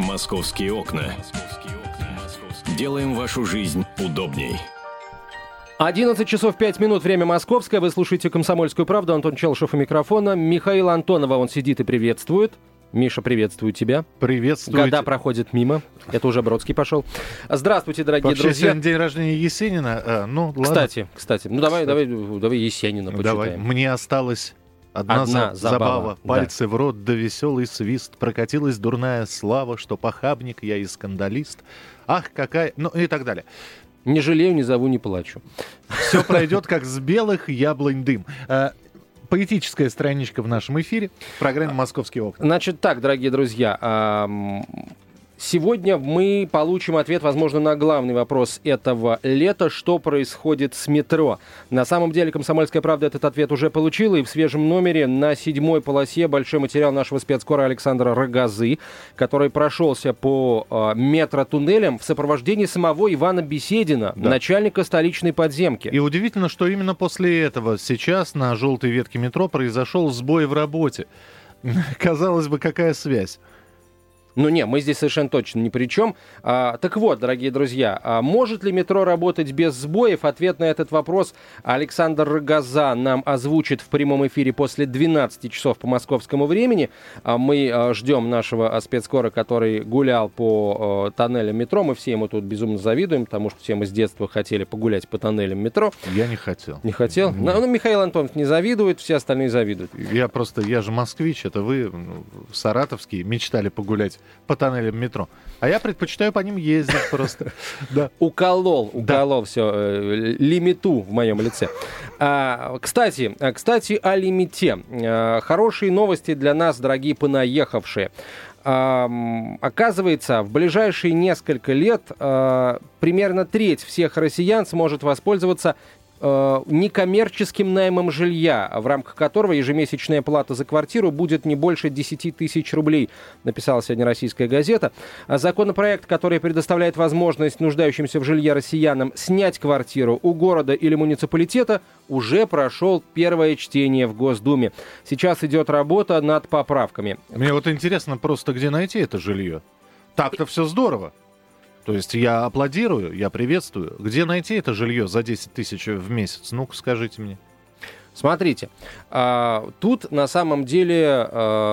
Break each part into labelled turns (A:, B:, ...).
A: «Московские окна». Делаем вашу жизнь удобней.
B: 11 часов 5 минут, время московское. Вы слушаете «Комсомольскую правду». Антон Челшев у микрофона. Михаил Антонова, он сидит и приветствует. Миша, приветствую тебя.
C: Приветствую.
B: Года проходят мимо. Это уже Бродский пошел. Здравствуйте, дорогие
C: Вообще,
B: друзья.
C: сегодня день рождения Есенина.
B: Кстати, давай Есенина почитаем.
C: Давай. Мне осталась одна забава. Пальцы в рот да веселый свист. Прокатилась дурная слава, что похабник я и скандалист. Ах, какая... Ну и так далее.
B: Не жалею, не зову, не плачу.
C: Все пройдет, как с белых яблонь дым. Поэтическая страничка в нашем эфире. Программа «Московские окна».
B: Значит так, дорогие друзья, сегодня мы получим ответ, возможно, на главный вопрос этого лета. Что происходит с метро? На самом деле, «Комсомольская правда» этот ответ уже получила. И в свежем номере на 7-й полосе большой материал нашего спецкора Александра Рогозы, который прошелся по метротуннелям в сопровождении самого Ивана Беседина, начальника столичной подземки.
C: И удивительно, что именно после этого сейчас на желтой ветке метро произошел сбой в работе. Казалось бы, какая связь?
B: Ну не, мы здесь совершенно точно ни при чем. Так вот, дорогие друзья, может ли метро работать без сбоев? Ответ на этот вопрос Александр Рогоза нам озвучит в прямом эфире после 12 часов по московскому времени. Мы ждем нашего спецкора, который гулял по тоннелям метро. Мы все ему тут безумно завидуем, потому что все мы с детства хотели погулять по тоннелям метро.
C: Я не хотел.
B: Не хотел? Ну, Михаил Антонов не завидует, все остальные завидуют.
C: Я же москвич, это вы, саратовские, мечтали погулять по тоннелям метро. А я предпочитаю по ним ездить просто.
B: Уколол все, лимиту в моем лице. Кстати, о лимите. Хорошие новости для нас, дорогие понаехавшие. Оказывается, в ближайшие несколько лет примерно треть всех россиян сможет воспользоваться некоммерческим наймом жилья, в рамках которого ежемесячная плата за квартиру будет не больше 10 тысяч рублей, написала сегодня «Российская газета». Законопроект, который предоставляет возможность нуждающимся в жилье россиянам снять квартиру у города или муниципалитета, уже прошел первое чтение в Госдуме. Сейчас идет работа над поправками.
C: Мне вот интересно просто, где найти это жилье. Так-то все здорово. То есть я аплодирую, я приветствую. Где найти это жилье за 10 тысяч в месяц? Ну-ка, скажите мне.
B: Смотрите, тут на самом деле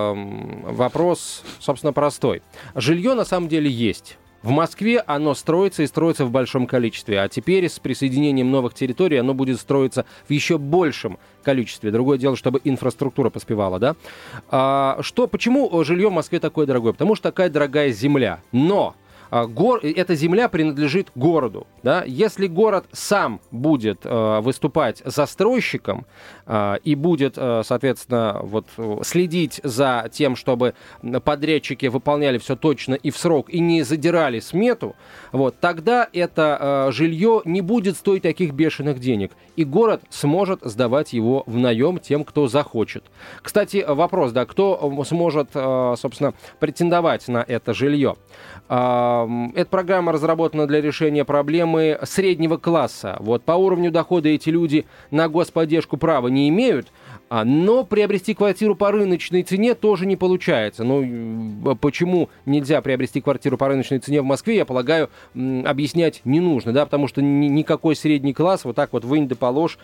B: вопрос, собственно, простой. Жилье на самом деле есть. В Москве оно строится и строится в большом количестве, а теперь с присоединением новых территорий оно будет строиться в еще большем количестве. Другое дело, чтобы инфраструктура поспевала, да? Почему жилье в Москве такое дорогое? Потому что такая дорогая земля. Но эта земля принадлежит городу. Да? Если город сам будет выступать застройщиком и будет, соответственно, следить за тем, чтобы подрядчики выполняли все точно и в срок, и не задирали смету, тогда это жилье не будет стоить таких бешеных денег. И город сможет сдавать его в наем тем, кто захочет. Кстати, вопрос, кто сможет, собственно, претендовать на это жилье? Эта программа разработана для решения проблемы среднего класса. По уровню дохода эти люди на господдержку права не имеют, но приобрести квартиру по рыночной цене тоже не получается. Почему нельзя приобрести квартиру по рыночной цене в Москве, я полагаю, объяснять не нужно, да, потому что никакой средний класс вынь да положь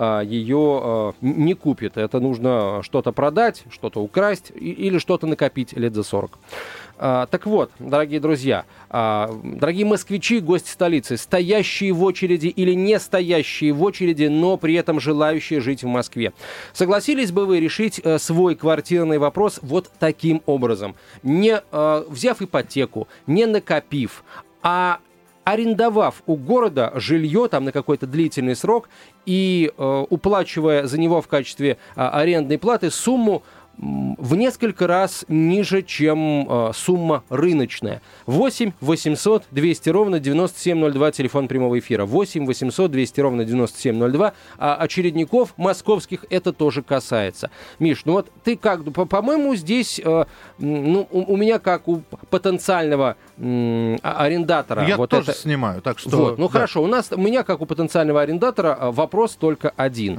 B: ее не купит. Это нужно что-то продать, что-то украсть или что-то накопить лет за 40. Так вот, дорогие друзья, дорогие москвичи, гости столицы, стоящие в очереди или не стоящие в очереди, но при этом желающие жить в Москве. Согласились бы вы решить свой квартирный вопрос таким образом? Не взяв ипотеку, не накопив, а арендовав у города жилье на какой-то длительный срок и уплачивая за него в качестве арендной платы сумму в несколько раз ниже, чем сумма рыночная. 8 800 200 ровно 9702, телефон прямого эфира. 8 800 200 ровно 9702. А очередников московских это тоже касается. Миш, ты как, по-моему, здесь, у меня как у потенциального арендатора.
C: Я тоже снимаю, так что...
B: Хорошо, у меня как у потенциального арендатора вопрос только один.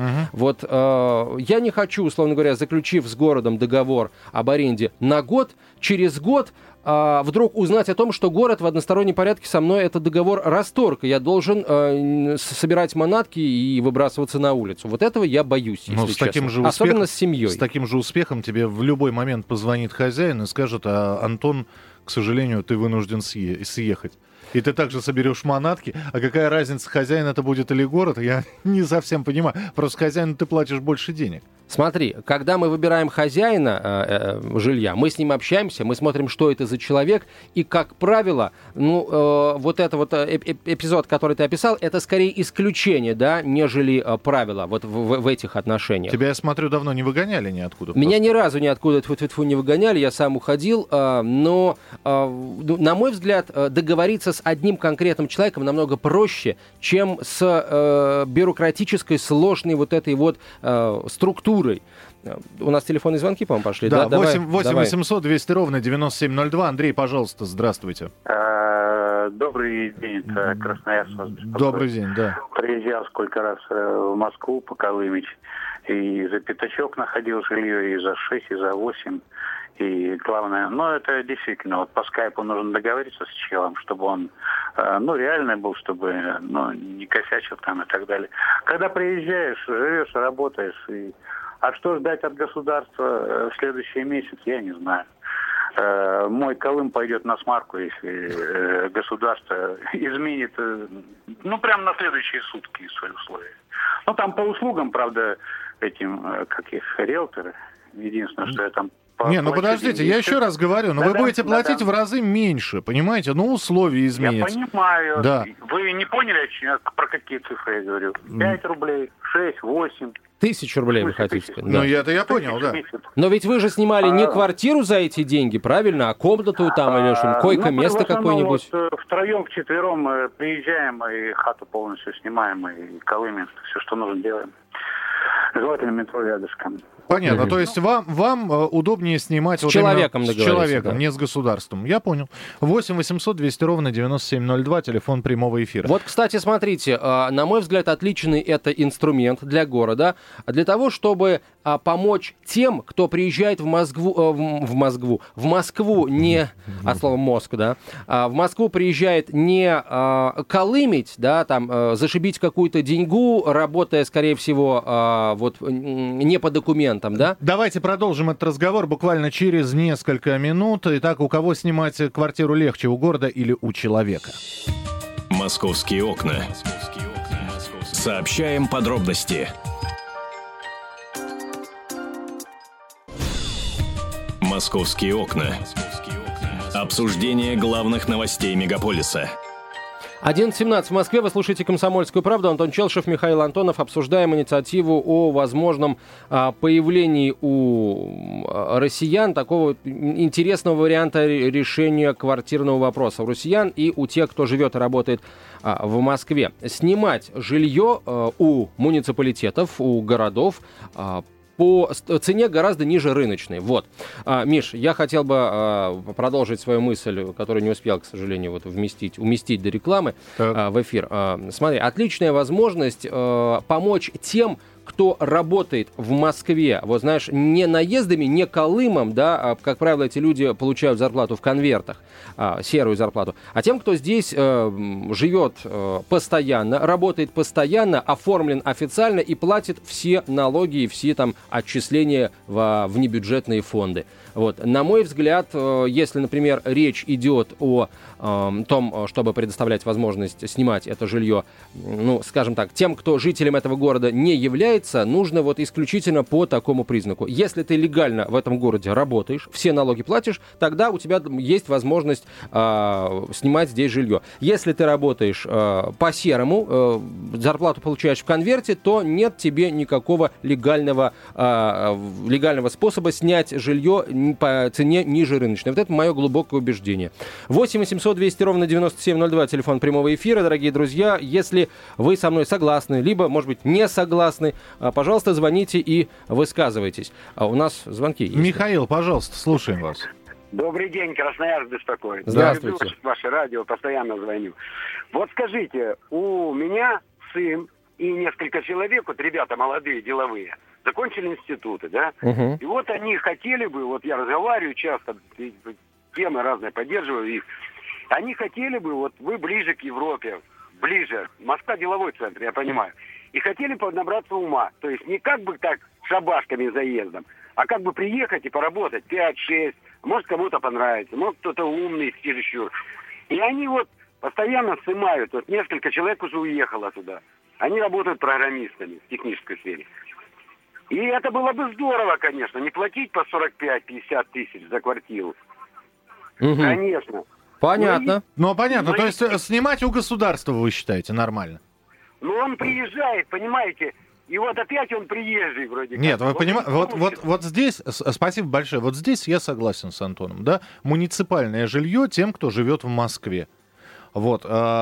B: Я не хочу, условно говоря, заключив с городом договор об аренде на год, через год вдруг узнать о том, что город в одностороннем порядке со мной этот договор расторг, и я должен собирать манатки и выбрасываться на улицу. Вот этого я боюсь, если честно. Особенно с семьей.
C: С таким же успехом тебе в любой момент позвонит хозяин и скажет: Антон, к сожалению, ты вынужден съехать. И ты также соберешь манатки. А какая разница, хозяин это будет или город, я не совсем понимаю. Просто хозяину ты платишь больше денег.
B: Смотри, когда мы выбираем хозяина жилья, мы с ним общаемся, мы смотрим, что это за человек, и, как правило, вот это вот эпизод, который ты описал, это скорее исключение, да, нежели правило вот в этих отношениях.
C: Тебя, я смотрю, давно не выгоняли ниоткуда.
B: Меня ни разу ниоткуда тьфу-тьфу не выгоняли, я сам уходил, но, на мой взгляд, договориться с одним конкретным человеком намного проще, чем с бюрократической, сложной вот этой вот структурой. У нас телефонные звонки, по-моему, пошли.
C: Да, 8 800 200 ровно 9702. Андрей, пожалуйста, здравствуйте.
D: Добрый день, это Красноярск вас беспокоит.
C: Добрый день, да.
D: Приезжал сколько раз в Москву по Колымич, и за пятачок находил жилье, и за 6, и за 8. И главное, это действительно, вот по скайпу нужно договориться с челом, чтобы он, реальный был, чтобы, не косячил там и так далее. Когда приезжаешь, живешь, работаешь, а что ждать от государства в следующий месяц, я не знаю. Мой Колым пойдет на смарку, если государство изменит, прямо на следующие сутки свои условия. Там по услугам, правда, риэлторы, единственное, что я там...
C: подождите, я еще раз говорю, вы будете платить в разы меньше, понимаете? Условия изменятся.
D: Я понимаю.
C: Да.
D: Вы не поняли, про какие цифры я говорю? 5 рублей, 6, 8...
B: 1000 рублей вы хотите сказать? Да.
C: Я понял, да.
B: Но ведь вы же снимали не квартиру за эти деньги, правильно? А комнату там или что-нибудь, койко-место какое-нибудь?
D: Втроем, вчетвером приезжаем и хату полностью снимаем, и колымем, все, что нужно, делаем. Желательно метро рядышком.
C: Понятно, то есть вам удобнее снимать
B: с человеком,
C: с человеком, не с государством. Я понял. 8 800 200 ровно 9702, телефон прямого эфира.
B: Вот, кстати, смотрите, на мой взгляд, отличный это инструмент для города, для того, чтобы помочь тем, кто приезжает в Москву не от слова мозг, да, в Москву приезжает не колымить, да, там, зашибить какую-то деньгу, работая, скорее всего, не по документам. Да?
C: Давайте продолжим этот разговор буквально через несколько минут. Итак, у кого снимать квартиру легче, у города или у человека?
A: Московские окна. Сообщаем подробности. Московские окна. Обсуждение главных новостей мегаполиса.
B: 11:17 в Москве. Вы слушаете «Комсомольскую правду». Антон Челшев, Михаил Антонов. Обсуждаем инициативу о возможном появлении у россиян такого интересного варианта решения квартирного вопроса. У россиян и у тех, кто живет и работает в Москве. Снимать жилье у муниципалитетов, у городов по цене гораздо ниже рыночной. Вот. Миш, я хотел бы продолжить свою мысль, которую не успел, к сожалению, уместить до рекламы в эфир. Смотри, отличная возможность помочь тем, кто работает в Москве, вот знаешь, не наездами, не колымом, да, как правило, эти люди получают зарплату в конвертах, серую зарплату, а тем, кто здесь живет постоянно, работает постоянно, оформлен официально и платит все налоги и все там отчисления в внебюджетные фонды. Вот. На мой взгляд, если, например, речь идет о том, чтобы предоставлять возможность снимать это жилье, скажем так, тем, кто жителем этого города не является, нужно вот исключительно по такому признаку. Если ты легально в этом городе работаешь, все налоги платишь, тогда у тебя есть возможность снимать здесь жилье. Если ты работаешь по-серому, зарплату получаешь в конверте, то нет тебе никакого легального способа снять жилье по цене ниже рыночной. Вот это мое глубокое убеждение. 8 800 200 ровно 9702, телефон прямого эфира. Дорогие друзья, если вы со мной согласны, либо, может быть, не согласны, пожалуйста, звоните и высказывайтесь. У нас звонки есть.
C: Михаил, пожалуйста, слушаем вас.
E: Добрый день, Красноярск беспокоит.
B: Здравствуйте.
E: Я люблю ваше радио, постоянно звоню. Вот скажите, у меня сын и несколько человек, вот ребята молодые, деловые, закончили институты, да?
B: Угу.
E: И вот они хотели бы, вот я разговариваю часто, темы разные, поддерживаю их. Они хотели бы, вот вы ближе к Европе, ближе, Москва деловой центр, я понимаю, и хотели бы набраться ума. То есть не как бы так шабашками заездом, а как бы приехать и поработать 5-6, может кому-то понравится, может кто-то умный чересчур. И они вот постоянно снимают, вот несколько человек уже уехало туда. Они работают программистами в технической сфере. И это было бы здорово, конечно, не платить по 45-50 тысяч за квартиру. Конечно.
B: Понятно.
C: Ну, понятно. То есть снимать у государства, вы считаете, нормально?
E: Ну, он приезжает, понимаете, и вот опять он приезжий вроде как.
C: Нет, вы понимаете, вот здесь, спасибо большое, вот здесь я согласен с Антоном, да, муниципальное жилье тем, кто живет в Москве. Вот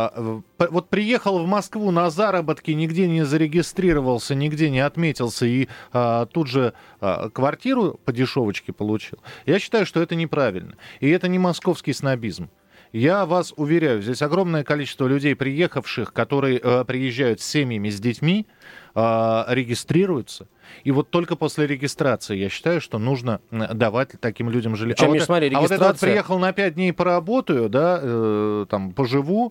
C: приехал в Москву на заработки, нигде не зарегистрировался, нигде не отметился и тут же квартиру по дешевочке получил. Я считаю, что это неправильно. И это не московский снобизм. Я вас уверяю, здесь огромное количество людей, приехавших, которые приезжают с семьями, с детьми, регистрируются. И вот только после регистрации, я считаю, что нужно давать таким людям жилье.
B: Причем, смотри,
C: а вот это вот приехал на 5 дней поработаю, да, там, поживу,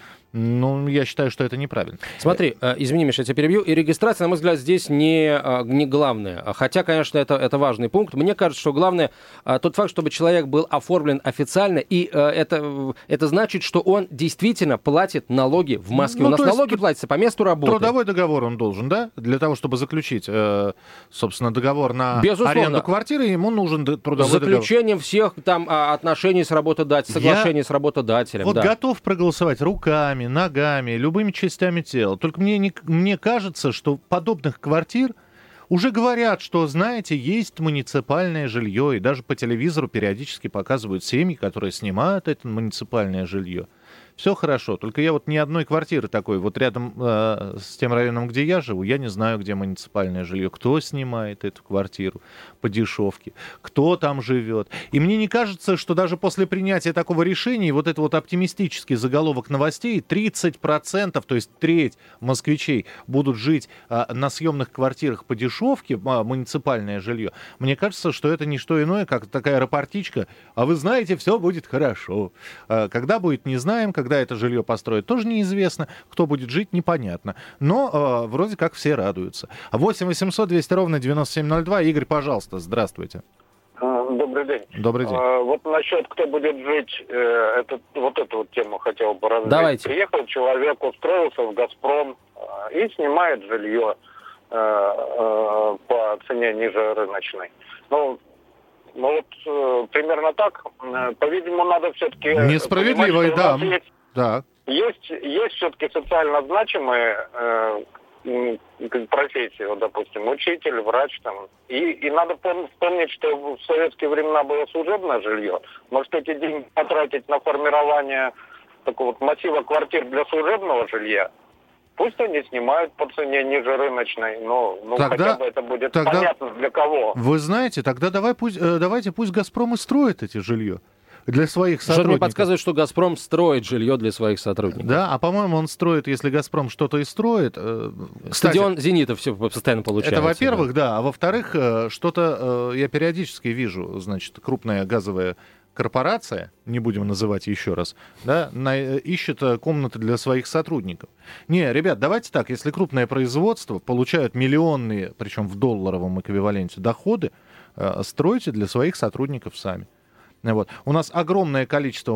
C: ну, я считаю, что это неправильно.
B: Смотри, извини, Миша, я тебя перебью. И регистрация, на мой взгляд, здесь не главное. Хотя, конечно, это важный пункт. Мне кажется, что главное тот факт, чтобы человек был оформлен официально, и это значит, что он действительно платит налоги в Москве. У нас налоги платятся по месту работы.
C: Трудовой договор он должен, да? Для того, чтобы заключить, собственно, договор на аренду квартиры, ему нужен трудовой договор.
B: С заключением всех там отношений с работодателем, соглашений с работодателем.
C: Вот готов проголосовать руками, ногами, любыми частями тела. Только мне кажется, что подобных квартир уже говорят, что, знаете, есть муниципальное жилье, и даже по телевизору периодически показывают семьи, которые снимают это муниципальное жилье. Все хорошо, только я вот ни одной квартиры такой, вот рядом с тем районом, где я живу, я не знаю, где муниципальное жилье, кто снимает эту квартиру по дешевке, кто там живет. И мне не кажется, что даже после принятия такого решения, вот это вот оптимистический заголовок новостей, 30%, то есть треть москвичей будут жить на съемных квартирах по дешевке, муниципальное жилье, мне кажется, что это не что иное, как такая рапортичка, а вы знаете, все будет хорошо. Когда будет, не знаем, когда это жилье построят, тоже неизвестно. Кто будет жить, непонятно. Но вроде как все радуются. 8 800 200 ровно 9702. Игорь, пожалуйста, здравствуйте.
F: Добрый день.
C: Добрый день.
F: Вот насчет, кто будет жить, эту тему хотел бы развить.
B: Давайте.
F: Приехал человек, устроился в «Газпром» и снимает жилье по цене ниже рыночной. Ну вот примерно так. По-видимому, надо все-таки...
C: Несправедливо, да. Да.
F: Есть все-таки социально значимые профессии, вот, допустим, учитель, врач там. И надо помнить, что в советские времена было служебное жилье. Может, эти деньги потратить на формирование такого вот массива квартир для служебного жилья. Пусть они снимают по цене ниже рыночной, но хотя бы это будет понятно для кого.
C: Вы знаете, тогда давайте пусть «Газпром» и строит эти жилье для своих сотрудников.
B: Что-то мне подсказывает, что «Газпром» строит жилье для своих сотрудников.
C: Да, а по-моему, он строит, если «Газпром» что-то и строит...
B: Стадион «Зенита» все постоянно получается.
C: Это во-первых, да. А во-вторых, что-то я периодически вижу, значит, крупная газовая корпорация, не будем называть еще раз, да, ищет комнаты для своих сотрудников. Не, ребят, давайте так, если крупное производство получают миллионные, причем в долларовом эквиваленте, доходы, стройте для своих сотрудников сами. Вот. У нас огромное количество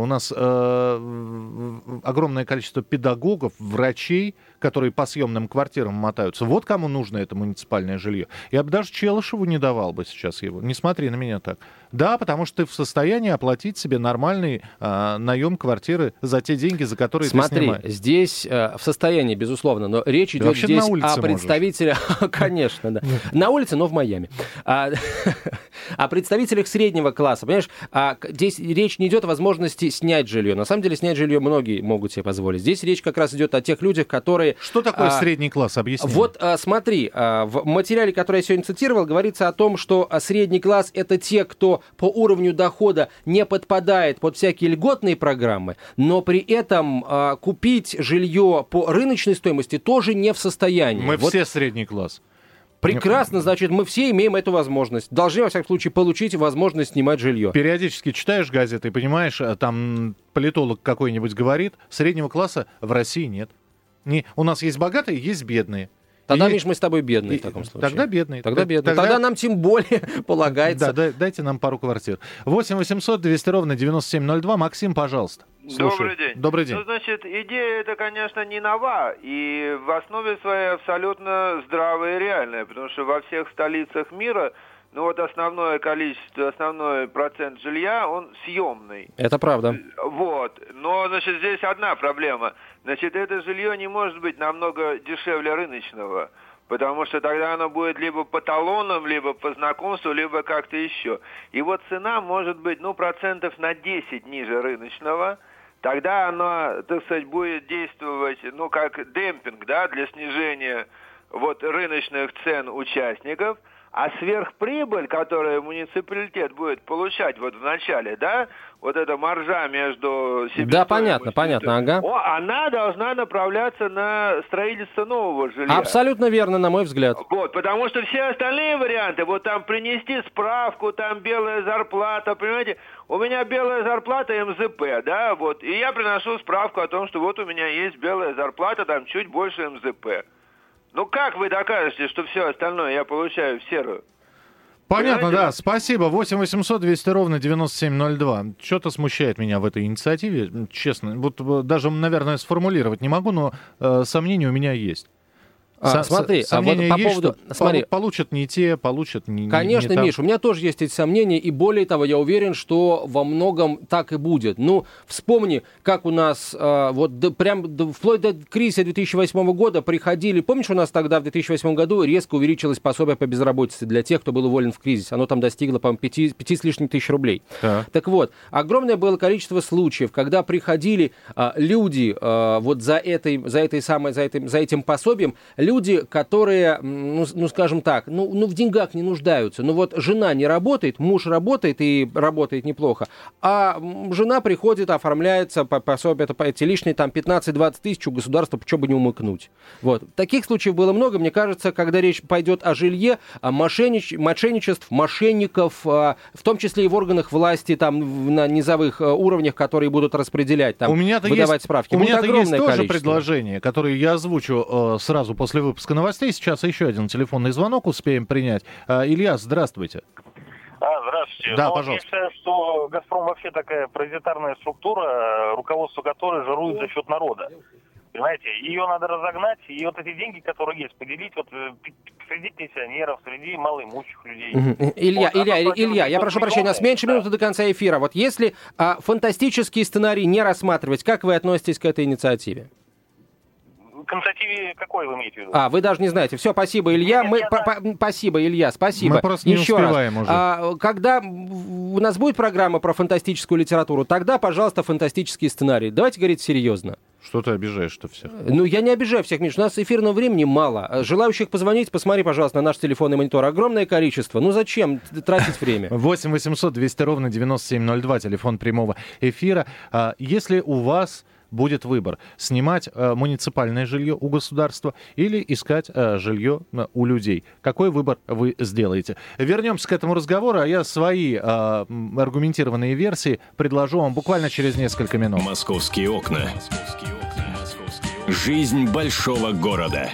C: педагогов, врачей, которые по съемным квартирам мотаются. Вот кому нужно это муниципальное жилье. Я бы даже Челышеву не давал бы сейчас его. Не смотри на меня так. Да, потому что ты в состоянии оплатить себе нормальный наем квартиры за те деньги, за которые ты снимаешь.
B: Смотри, здесь в состоянии, безусловно, но речь идет здесь о представителях... Конечно, да. На улице, но в Майами. О представителях среднего класса. Понимаешь, здесь речь не идет о возможности снять жилье. На самом деле, снять жилье многие могут себе позволить. Здесь речь как раз идет о тех людях, которые...
C: Что такое средний класс? Объясни.
B: Вот смотри, в материале, который я сегодня цитировал, говорится о том, что средний класс — это те, кто по уровню дохода не подпадает под всякие льготные программы, но при этом купить жилье по рыночной стоимости тоже не в состоянии.
C: Мы все средний класс.
B: Прекрасно, значит, мы все имеем эту возможность. Должны, во всяком случае, получить возможность снимать жилье.
C: Периодически читаешь газеты и понимаешь, там политолог какой-нибудь говорит, среднего класса в России нет. У нас есть богатые, есть бедные.
B: Тогда, Миш, мы с тобой бедные в таком случае.
C: Тогда бедные.
B: Тогда бедные. Тогда нам тем более полагается.
C: Да, дайте нам пару квартир. 8 800 200 ровно 9702. Максим, пожалуйста.
G: Добрый день.
C: Добрый день.
G: Ну, значит, идея эта, конечно, не нова, и в основе своей абсолютно здравая и реальная, потому что во всех столицах мира, ну вот основной процент жилья, он съемный.
B: Это правда.
G: Вот. Но, значит, здесь одна проблема. Значит, это жилье не может быть намного дешевле рыночного, потому что тогда оно будет либо по талонам, либо по знакомству, либо как-то еще. И вот цена может быть, процентов на 10 ниже рыночного. Тогда оно, так сказать, будет действовать, как демпинг, да, для снижения рыночных цен участников. А сверхприбыль, которую муниципалитет будет получать в начале, да, эта маржа между себестоимостью...
B: Да, понятно, ага.
G: Она должна направляться на строительство нового жилья.
B: Абсолютно верно, на мой взгляд.
G: Потому что все остальные варианты, там принести справку, там белая зарплата, понимаете, у меня белая зарплата МЗП, да, и я приношу справку о том, что у меня есть белая зарплата, там чуть больше МЗП. Как вы докажете, что все остальное я получаю в серую?
C: Понятно, да. Спасибо. 8 800 200 ровно 9702. Что-то смущает меня в этой инициативе, честно. Даже, наверное, сформулировать не могу, но сомнения у меня есть.
B: Смотри,
C: сомнения
B: по
C: есть,
B: поводу...
C: Смотри. Получат не те, получат не
B: Конечно,
C: не
B: Миш, у меня тоже есть эти сомнения, и более того, я уверен, что во многом так и будет. Вспомни, как у нас вплоть до кризиса 2008 года приходили... Помнишь, у нас тогда в 2008 году резко увеличилось пособие по безработице для тех, кто был уволен в кризис. Оно там достигло, по-моему, 5 с лишним тысяч рублей. Так вот, огромное было количество случаев, когда приходили люди за этим пособием, люди, которые, скажем так, в деньгах не нуждаются. Жена не работает, муж работает и работает неплохо, а жена приходит, оформляется по пособию, это эти лишние 15-20 тысяч у государства, почему бы не умыкнуть. Таких случаев было много, мне кажется, когда речь пойдет о жилье, о мошенничеств, мошенников, в том числе и в органах власти, на низовых уровнях, которые будут распределять, выдавать справки.
C: У меня-то есть тоже предложение, которое я озвучу сразу после выпуска новостей. Сейчас еще один телефонный звонок успеем принять. Илья, здравствуйте.
H: Здравствуйте.
C: Да, пожалуйста.
H: Я считаю, что «Газпром» вообще такая паразитарная структура, руководство которой жирует за счет народа. Понимаете? Ее надо разогнать, и эти деньги, которые есть, поделить среди пенсионеров, среди малоимущих людей.
B: Илья, я прошу прощения, у нас меньше минуты до конца эфира. Если фантастический сценарий не рассматривать, как вы относитесь к этой инициативе?
H: К инициативе какой вы имеете в виду?
B: Вы даже не знаете. Все, спасибо, Илья. Спасибо, Илья, спасибо.
C: Мы просто не успеваем
B: уже. Когда у нас будет программа про фантастическую литературу, тогда, пожалуйста, фантастический сценарий. Давайте говорить серьезно.
C: Что ты обижаешь-то всех?
B: Я не обижаю всех, Миш. У нас эфирного времени мало. Желающих позвонить, посмотри, пожалуйста, на наш телефонный монитор. Огромное количество. Зачем тратить время?
C: 8 800 200 ровно 9702, телефон прямого эфира. Если у вас будет выбор: снимать муниципальное жилье у государства или искать жилье у людей. Какой выбор вы сделаете? Вернемся к этому разговору, а я свои аргументированные версии предложу вам буквально через несколько минут.
A: Московские окна. Жизнь большого города.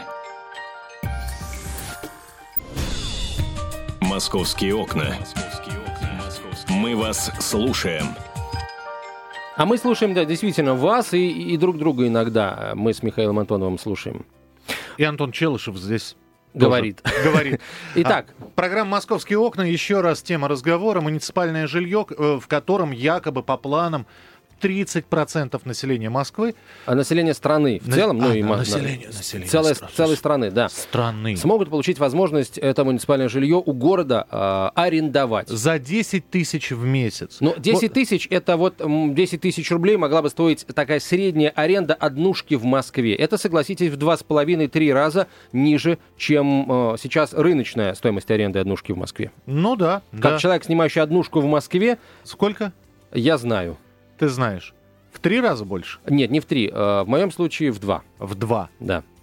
A: Московские окна. Мы вас слушаем.
B: А мы слушаем, да, действительно, вас и друг друга иногда. Мы с Михаилом Антоновым слушаем.
C: И Антон Челышев здесь
B: говорит. Итак.
C: Программа «Московские окна». Еще раз тема разговора. Муниципальное жилье, в котором якобы по планам 30% населения Москвы.
B: А население страны в целом,
C: население
B: целой страны, да.
C: Страны.
B: Смогут получить возможность это муниципальное жилье у города арендовать.
C: За 10 тысяч в месяц.
B: 10 тысяч, это 10 тысяч рублей могла бы стоить такая средняя аренда однушки в Москве. Это, согласитесь, в 2,5-3 раза ниже, чем сейчас рыночная стоимость аренды однушки в Москве.
C: Да.
B: Как человек, снимающий однушку в Москве...
C: Сколько?
B: Я знаю.
C: Ты знаешь. В 3 раза больше?
B: Нет, не в 3. В моем случае в 2.
C: В 2?
B: Да.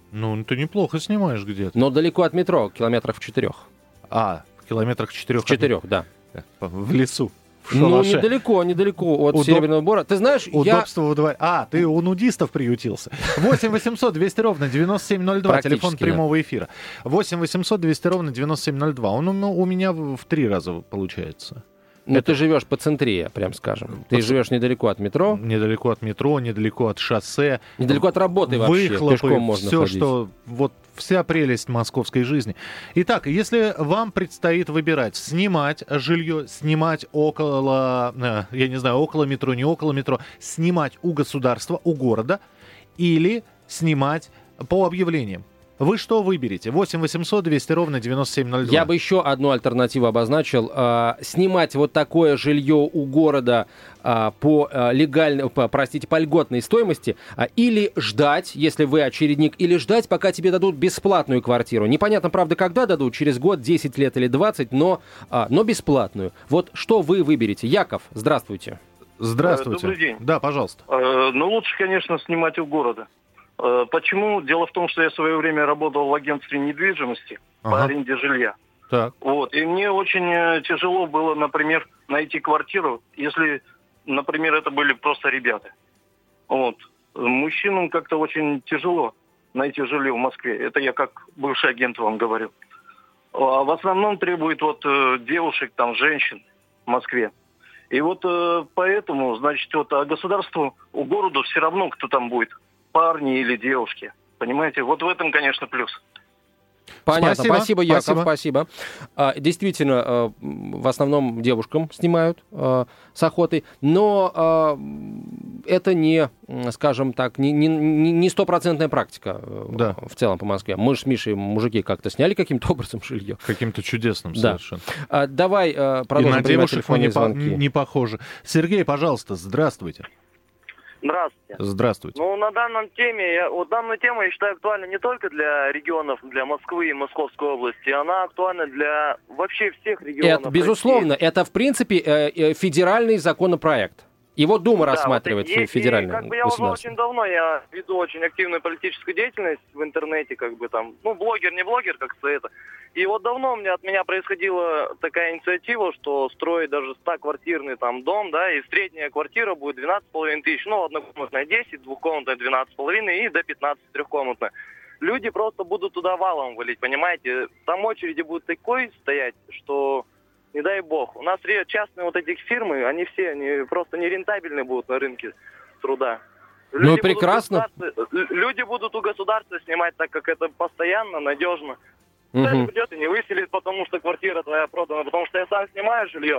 C: Ну, ты неплохо снимаешь где-то.
B: Но далеко от метро, километров в 4.
C: В километрах 4.
B: В 4, да.
C: В лесу. В
B: Ну,
C: шалаше.
B: недалеко от Серебряного Бора. Ты знаешь,
C: Удобство выдавать. Ты у нудистов приютился. 8 800 200 ровно 9702. Телефон прямого эфира. 8 800 200 ровно 9702. Он у меня в 3 раза получается.
B: Ну, ты живешь по центре, прям скажем. Ты живешь недалеко от метро.
C: Недалеко от метро, недалеко от шоссе.
B: Недалеко от работы вообще.
C: Выхлопы,
B: Пешком можно
C: все,
B: ходить.
C: что... Вот вся прелесть московской жизни. Итак, если вам предстоит выбирать, снимать жилье, снимать около, около метро, не около метро, снимать у государства, у города, или снимать по объявлениям, вы что выберете? 8 800 200 ровно 9702.
B: Я бы еще одну альтернативу обозначил. Снимать вот такое жилье у города по льготной стоимости, или ждать, если вы очередник, или ждать, пока тебе дадут бесплатную квартиру. Непонятно, правда, когда дадут, через год, 10 лет или 20, но бесплатную. Вот что вы выберете? Яков, здравствуйте.
C: Здравствуйте.
I: Добрый день.
C: Да, пожалуйста.
I: Лучше, конечно, снимать у города. Почему? Дело в том, что я в свое время работал в агентстве недвижимости по аренде жилья.
C: Так.
I: И мне очень тяжело было, например, найти квартиру, если, например, это были просто ребята. Мужчинам как-то очень тяжело найти жилье в Москве. Это я как бывший агент вам говорю. А в основном требует девушек, женщин в Москве. И поэтому, значит, государству, у города все равно, кто там будет. Парни или девушки. Понимаете? В этом, конечно, плюс.
B: Понятно. Спасибо, Яков, спасибо. Действительно, в основном девушкам снимают с охотой, но это не, скажем так, не стопроцентная практика в целом по Москве. Мы же с Мишей, мужики, как-то сняли каким-то образом жилье.
C: Каким-то чудесным совершенно.
B: Давай продолжим.
C: И на девушек мы
B: не
C: похожи. Сергей, пожалуйста, здравствуйте.
J: Здравствуйте.
C: Здравствуйте.
J: На данную тему я считаю актуальной не только для регионов, для Москвы и Московской области, она актуальна для вообще всех регионов.
B: Это, безусловно,
J: России.
B: это в принципе федеральный законопроект. Его Дума рассматривает федеральный.
J: Я уже очень давно веду очень активную политическую деятельность в интернете, блогер, не блогер, как-то это. И давно от меня происходила такая инициатива, что строить даже 100-квартирный дом, и средняя квартира будет 12,5 тысяч, однокомнатная 10, двухкомнатная 12,5 и до 15 трехкомнатная. Люди просто будут туда валом валить, понимаете? Там очереди будут такой стоять, что... Не дай бог. У нас частные этих фирмы, они просто нерентабельны будут на рынке труда.
B: Прекрасно.
J: Люди будут у государства снимать, так как это постоянно, надежно. Кто-то придет и не выселит, потому что квартира твоя продана, потому что я сам снимаю жилье.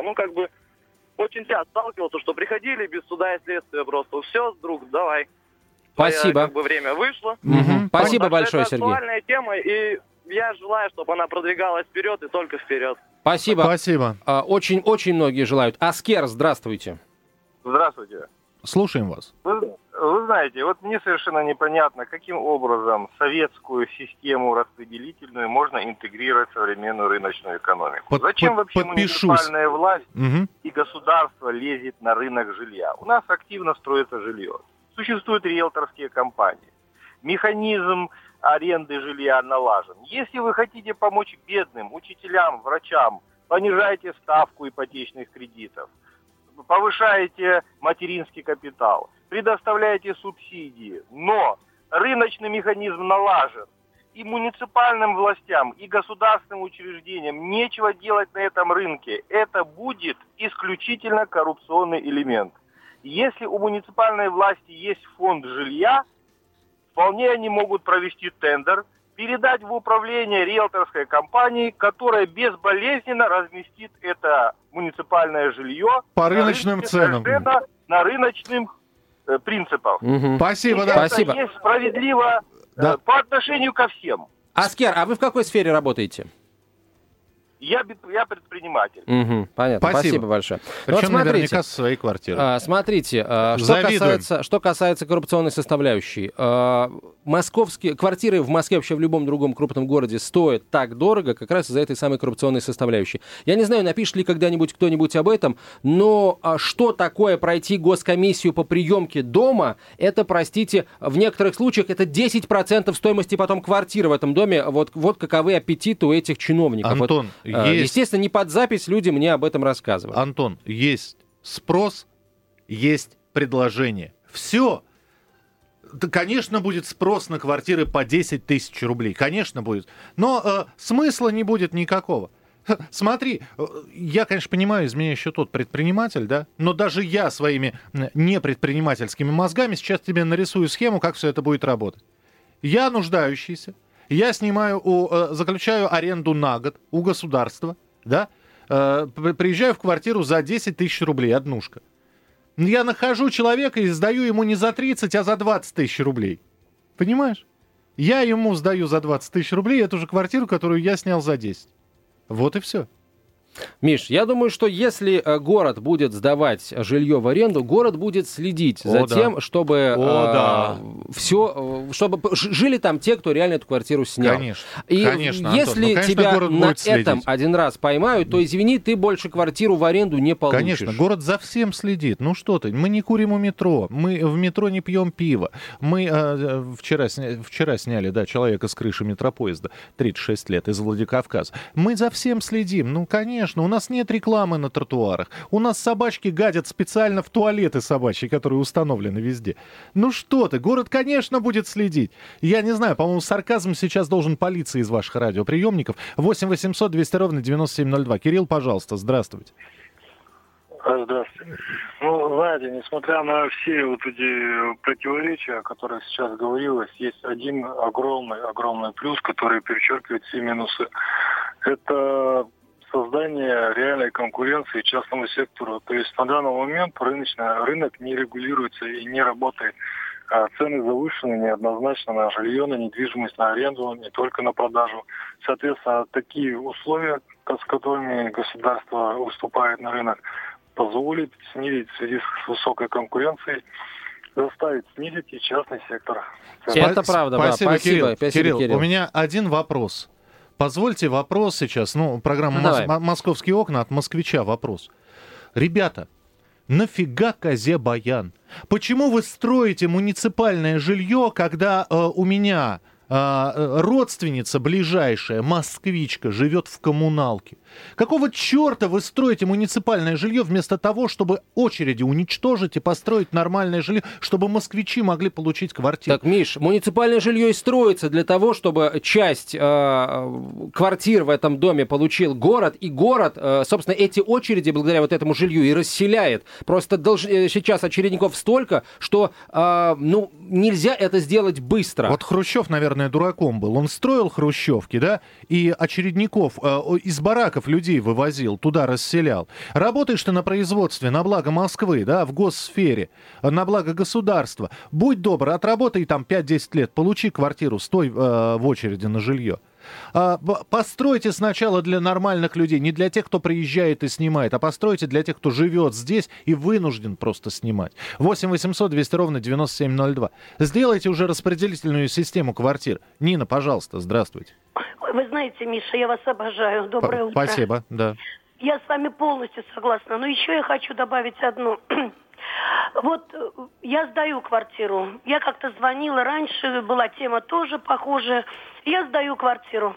J: Очень часто сталкивался, что приходили без суда и следствия просто. Все, друг, давай.
B: Спасибо.
J: Время вышло.
B: Спасибо большое,
J: это
B: Сергей.
J: актуальная тема, и я желаю, чтобы она продвигалась вперед и только вперед.
B: Спасибо.
C: Спасибо.
B: Очень многие желают. Аскер, здравствуйте.
I: Здравствуйте.
C: Слушаем вас.
I: Вы знаете, мне совершенно непонятно, каким образом советскую систему распределительную можно интегрировать в современную рыночную экономику. Зачем вообще муниципальная власть и государство лезет на рынок жилья? У нас активно строится жилье. Существуют риэлторские компании. Механизм аренды жилья налажен. Если вы хотите помочь бедным, учителям, врачам, понижайте ставку ипотечных кредитов, повышаете материнский капитал, предоставляете субсидии, но рыночный механизм налажен. И муниципальным властям, и государственным учреждениям нечего делать на этом рынке. Это будет исключительно коррупционный элемент. Если у муниципальной власти есть фонд жилья, вполне они могут провести тендер, передать в управление риэлторской компании, которая безболезненно разместит это муниципальное жилье
C: по рыночным ценам.
I: На рыночным принципах.
C: Спасибо,
I: и это есть справедливо по отношению ко всем.
B: Аскер, а вы в какой сфере работаете?
I: Я предприниматель.
B: Понятно. Спасибо большое.
C: Причем наверняка со своей квартиры.
B: Смотрите, что касается коррупционной составляющей. квартиры в Москве, вообще в любом другом крупном городе стоят так дорого, как раз из-за этой самой коррупционной составляющей. Я не знаю, напишет ли когда-нибудь кто-нибудь об этом, но что такое пройти госкомиссию по приемке дома, это, простите, в некоторых случаях это 10% стоимости потом квартиры в этом доме. Вот каковы аппетиты у этих чиновников.
C: Антон,
B: естественно, не под запись люди мне об этом рассказывают.
C: Антон, есть спрос, есть предложение. Все. Да, конечно, будет спрос на квартиры по 10 тысяч рублей. Конечно, будет. Но смысла не будет никакого. Смотри, я, конечно, понимаю, из меня еще тот предприниматель, да? Но даже я своими непредпринимательскими мозгами сейчас тебе нарисую схему, как все это будет работать. Я нуждающийся, я заключаю аренду на год у государства, да? Приезжаю в квартиру за 10 тысяч рублей, однушка. Я нахожу человека и сдаю ему не за 30, а за 20 тысяч рублей. Понимаешь? Я ему сдаю за 20 тысяч рублей эту же квартиру, которую я снял за 10. Вот и все.
B: Mиш, я думаю, что если город будет сдавать жилье в аренду, город будет следить за тем, чтобы чтобы жили там те, кто реально эту квартиру снял.
C: Конечно.
B: И
C: конечно,
B: если
C: Антон,
B: тебя на этом один раз поймают, то, извини, ты больше квартиру в аренду не получишь.
C: Конечно, город за всем следит. Ну что ты, мы не курим у метро, мы в метро не пьем пиво. Мы вчера сняли, человека с крыши метропоезда, 36 лет, из Владикавказа. Мы за всем следим, ну, конечно. У нас нет рекламы на тротуарах. У нас собачки гадят специально в туалеты собачьи, которые установлены везде. Ну что ты, город, конечно, будет следить. Я не знаю, по-моему, сарказм сейчас должен палиться из ваших радиоприемников. 8 800 200 ровно 9702. Кирилл, пожалуйста, здравствуйте.
K: Здравствуйте. Ну, знаете, несмотря на все вот эти противоречия, о которых сейчас говорилось, есть один огромный плюс, который перечеркивает все минусы. Это создание реальной конкуренции частному сектору. То есть на данный момент рынок не регулируется и не работает. Цены завышены неоднозначно на жилье, на недвижимость, на аренду, не только на продажу. Соответственно, такие условия, с которыми государство уступает на рынок, позволит снизить в связи с высокой конкуренцией, заставить снизить и частный сектор.
B: Это правда,
C: спасибо, Кирилл. Кирилл, у меня один вопрос. Позвольте вопрос сейчас. Программа «Московские окна» от москвича вопрос. Ребята, нафига козе баян? Почему вы строите муниципальное жилье, когда у меня родственница ближайшая, москвичка, живет в коммуналке? Какого черта вы строите муниципальное жилье вместо того, чтобы очереди уничтожить и построить нормальное жилье, чтобы москвичи могли получить квартиру?
B: Так, Миш, муниципальное жилье и строится для того, чтобы часть квартир в этом доме получил город, и город, собственно, эти очереди благодаря вот этому жилью и расселяет. Просто сейчас очередников столько, что нельзя это сделать быстро.
C: Вот Хрущев, наверное, дураком был. Он строил хрущевки, да, и очередников из бараков людей вывозил, туда расселял. Работаешь ты на производстве на благо Москвы, да, в госсфере, на благо государства. Будь добр, отработай там 5-10 лет, получи квартиру, стой в очереди на жилье. Постройте сначала для нормальных людей, не для тех, кто приезжает и снимает, а постройте для тех, кто живет здесь и вынужден просто снимать. 8 800 200 ровно 9702. Сделайте уже распределительную систему квартир. Нина, пожалуйста, здравствуйте.
L: Ой, вы знаете, Миша, я вас обожаю. Доброе утро.
C: Спасибо, да.
L: Я с вами полностью согласна. Но еще я хочу добавить одну. Вот я сдаю квартиру. Я как-то звонила раньше, была тема тоже похожая. Я сдаю квартиру.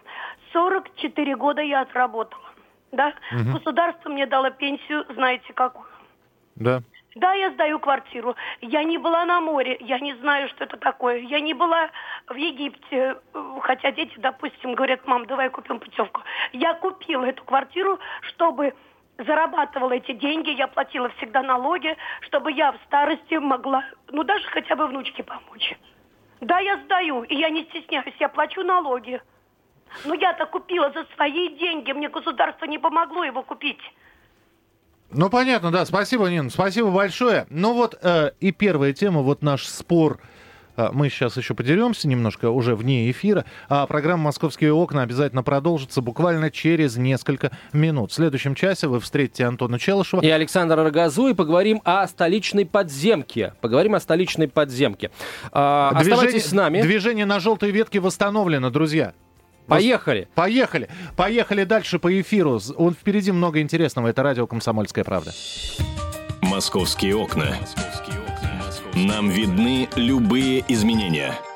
L: 44 года я отработала. Да? Угу. Государство мне дало пенсию, знаете какую?
C: Да.
L: Да, я сдаю квартиру. Я не была на море, я не знаю, что это такое. Я не была в Египте, хотя дети, допустим, говорят: мам, давай купим путевку. Я купила эту квартиру, чтобы зарабатывала эти деньги, я платила всегда налоги, чтобы я в старости могла, даже хотя бы внучке помочь. Да, я сдаю, и я не стесняюсь, я плачу налоги. Но я-то купила за свои деньги, мне государство не помогло его купить.
C: Ну, понятно, да. Спасибо, Нина, спасибо большое. Ну вот и первая тема, вот наш спор Мы сейчас еще подеремся немножко уже вне эфира. А программа «Московские окна» обязательно продолжится буквально через несколько минут. В следующем часе вы встретите Антона Челышева
B: и Александра Рогозу, и поговорим о столичной подземке. Оставайтесь с нами.
C: Движение на желтой ветке восстановлено, друзья.
B: Поехали
C: дальше по эфиру. Впереди много интересного. Это радио «Комсомольская правда».
A: «Московские окна». Нам видны любые изменения.